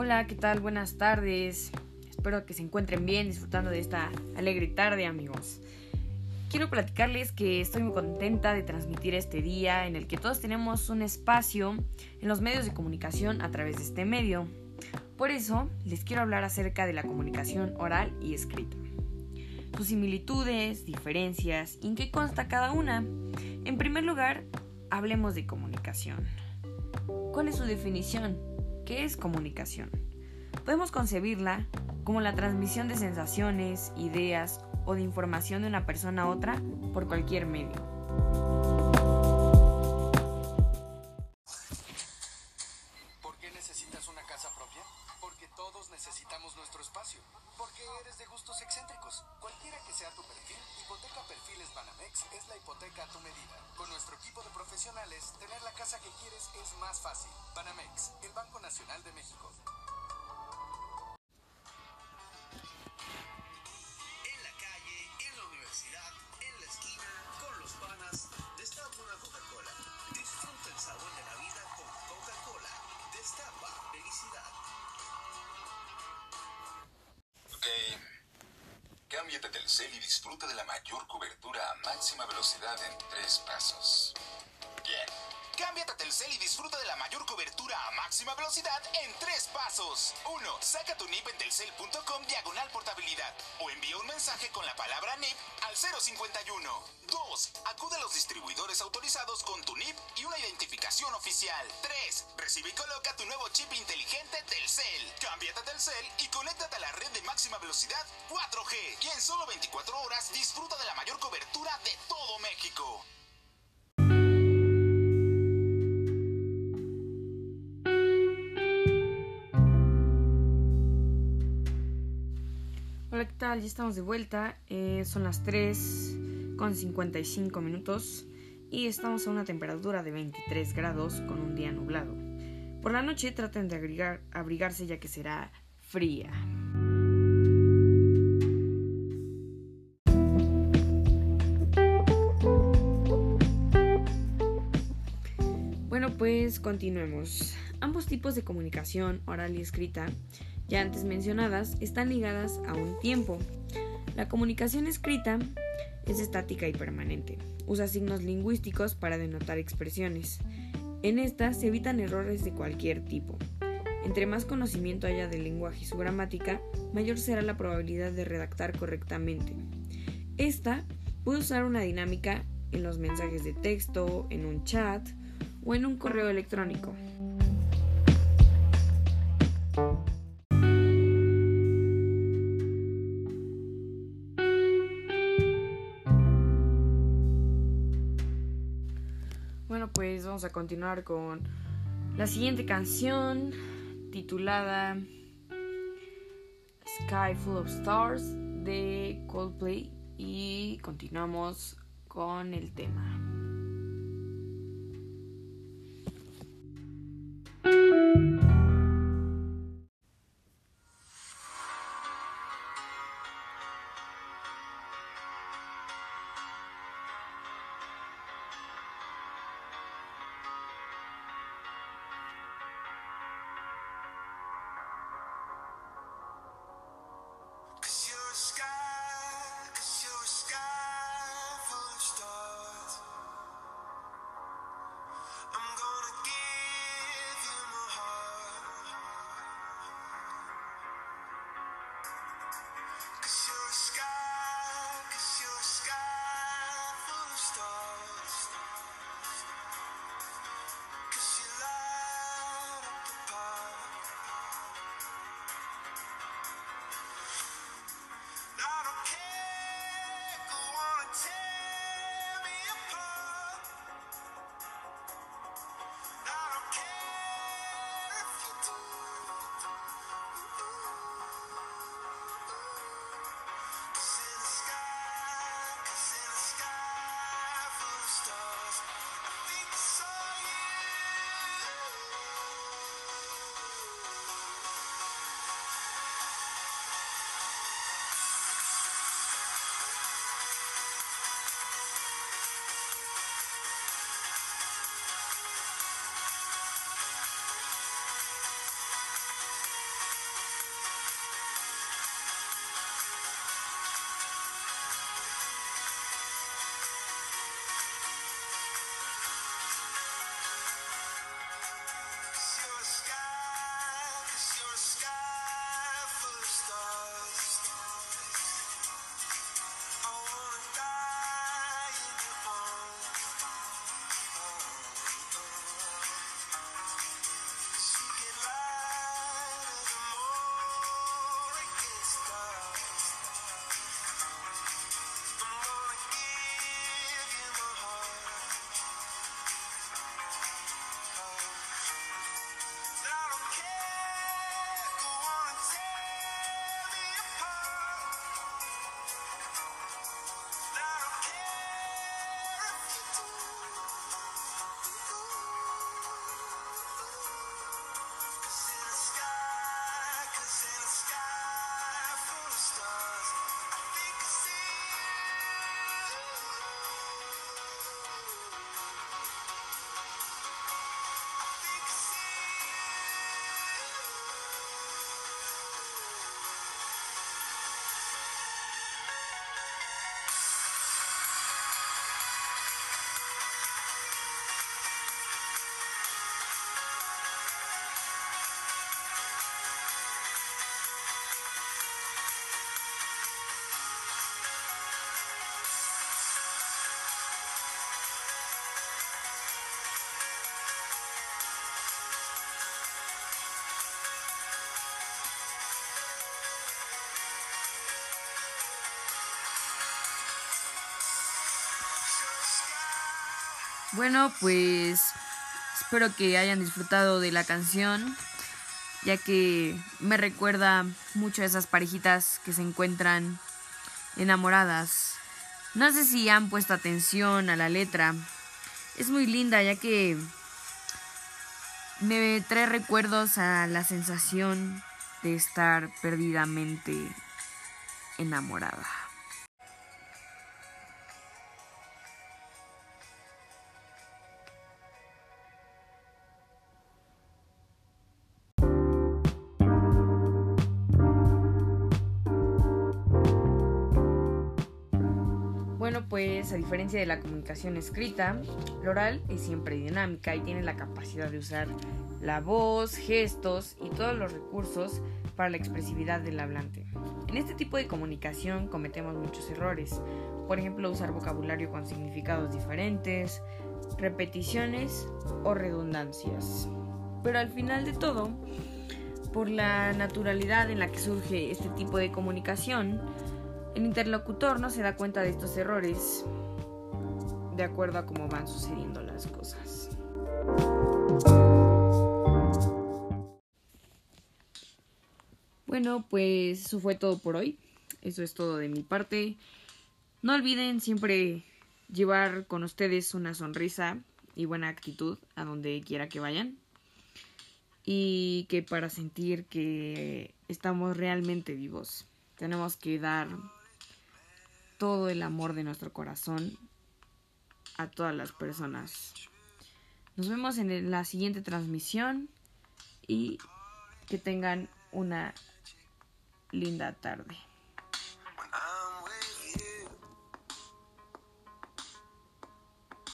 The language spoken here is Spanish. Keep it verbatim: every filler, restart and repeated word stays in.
Hola, ¿qué tal? Buenas tardes. Espero que se encuentren bien disfrutando de esta alegre tarde, amigos. Quiero platicarles que estoy muy contenta de transmitir este día en el que todos tenemos un espacio en los medios de comunicación a través de este medio. Por eso, les quiero hablar acerca de la comunicación oral y escrita. Sus similitudes, diferencias y en qué consta cada una. En primer lugar, hablemos de comunicación. ¿Cuál es su definición? ¿Qué es comunicación? Podemos concebirla como la transmisión de sensaciones, ideas o de información de una persona a otra por cualquier medio. ¿Por qué necesitas una casa propia? Porque todos necesitamos nuestro espacio. Porque eres de gustos excéntricos. Cualquiera que sea tu perfil, Hipoteca Perfiles Banamex es la hipoteca a tu medida. Con nuestro equipo de profesionales, tener la casa que quieres es más fácil. Banamex, el Banco Nacional de México. En la calle, en la universidad, en la esquina, con los panas, destapa una Coca-Cola. Disfruta el sabor de la vida con Coca-Cola. Destapa felicidad. Ok. Cámbiate a Telcel y disfruta de la mayor cobertura a máxima velocidad en tres pasos. Bien. Cámbiate a Telcel y disfruta de la mayor cobertura a máxima velocidad en tres pasos. uno. Saca tu N I P en telcel punto com diagonal portabilidad o envía un mensaje con la palabra N I P al cero cincuenta y uno. dos. Acude a los distribuidores autorizados con tu N I P y una identificación oficial. tres. Recibe y coloca tu nuevo chip inteligente Telcel. Cámbiate a Telcel y conéctate a la red de máxima velocidad cuatro G. Y en solo veinticuatro horas disfruta de la mayor cobertura de todo México. Hola, ¿qué tal? Ya estamos de vuelta. Eh, son las tres con cincuenta y cinco minutos y estamos a una temperatura de veintitrés grados con un día nublado. Por la noche traten de abrigar, abrigarse ya que será fría. Bueno, pues continuemos. Ambos tipos de comunicación, oral y escrita, ya antes mencionadas, están ligadas a un tiempo. La comunicación escrita es estática y permanente. Usa signos lingüísticos para denotar expresiones. En esta se evitan errores de cualquier tipo. Entre más conocimiento haya del lenguaje y su gramática, mayor será la probabilidad de redactar correctamente. Esta puede usar una dinámica en los mensajes de texto, en un chat o en un correo electrónico. Bueno, pues vamos a continuar con la siguiente canción titulada Sky Full of Stars de Coldplay y continuamos con el tema. Cause you're a sky, cause you're a sky full of stars. Bueno, pues espero que hayan disfrutado de la canción, ya que me recuerda mucho a esas parejitas que se encuentran enamoradas. No sé si han puesto atención a la letra. Es muy linda, ya que me trae recuerdos a la sensación de estar perdidamente enamorada. Bueno, pues a diferencia de la comunicación escrita, la oral es siempre dinámica y tiene la capacidad de usar la voz, gestos y todos los recursos para la expresividad del hablante. En este tipo de comunicación cometemos muchos errores, por ejemplo, usar vocabulario con significados diferentes, repeticiones o redundancias. Pero al final de todo, por la naturalidad en la que surge este tipo de comunicación, el interlocutor no se da cuenta de estos errores de acuerdo a cómo van sucediendo las cosas. Bueno, pues eso fue todo por hoy. Eso es todo de mi parte. No olviden siempre llevar con ustedes una sonrisa y buena actitud a donde quiera que vayan. Y que para sentir que estamos realmente vivos, tenemos que dar todo el amor de nuestro corazón a todas las personas. Nos vemos en la siguiente transmisión y que tengan una linda tarde.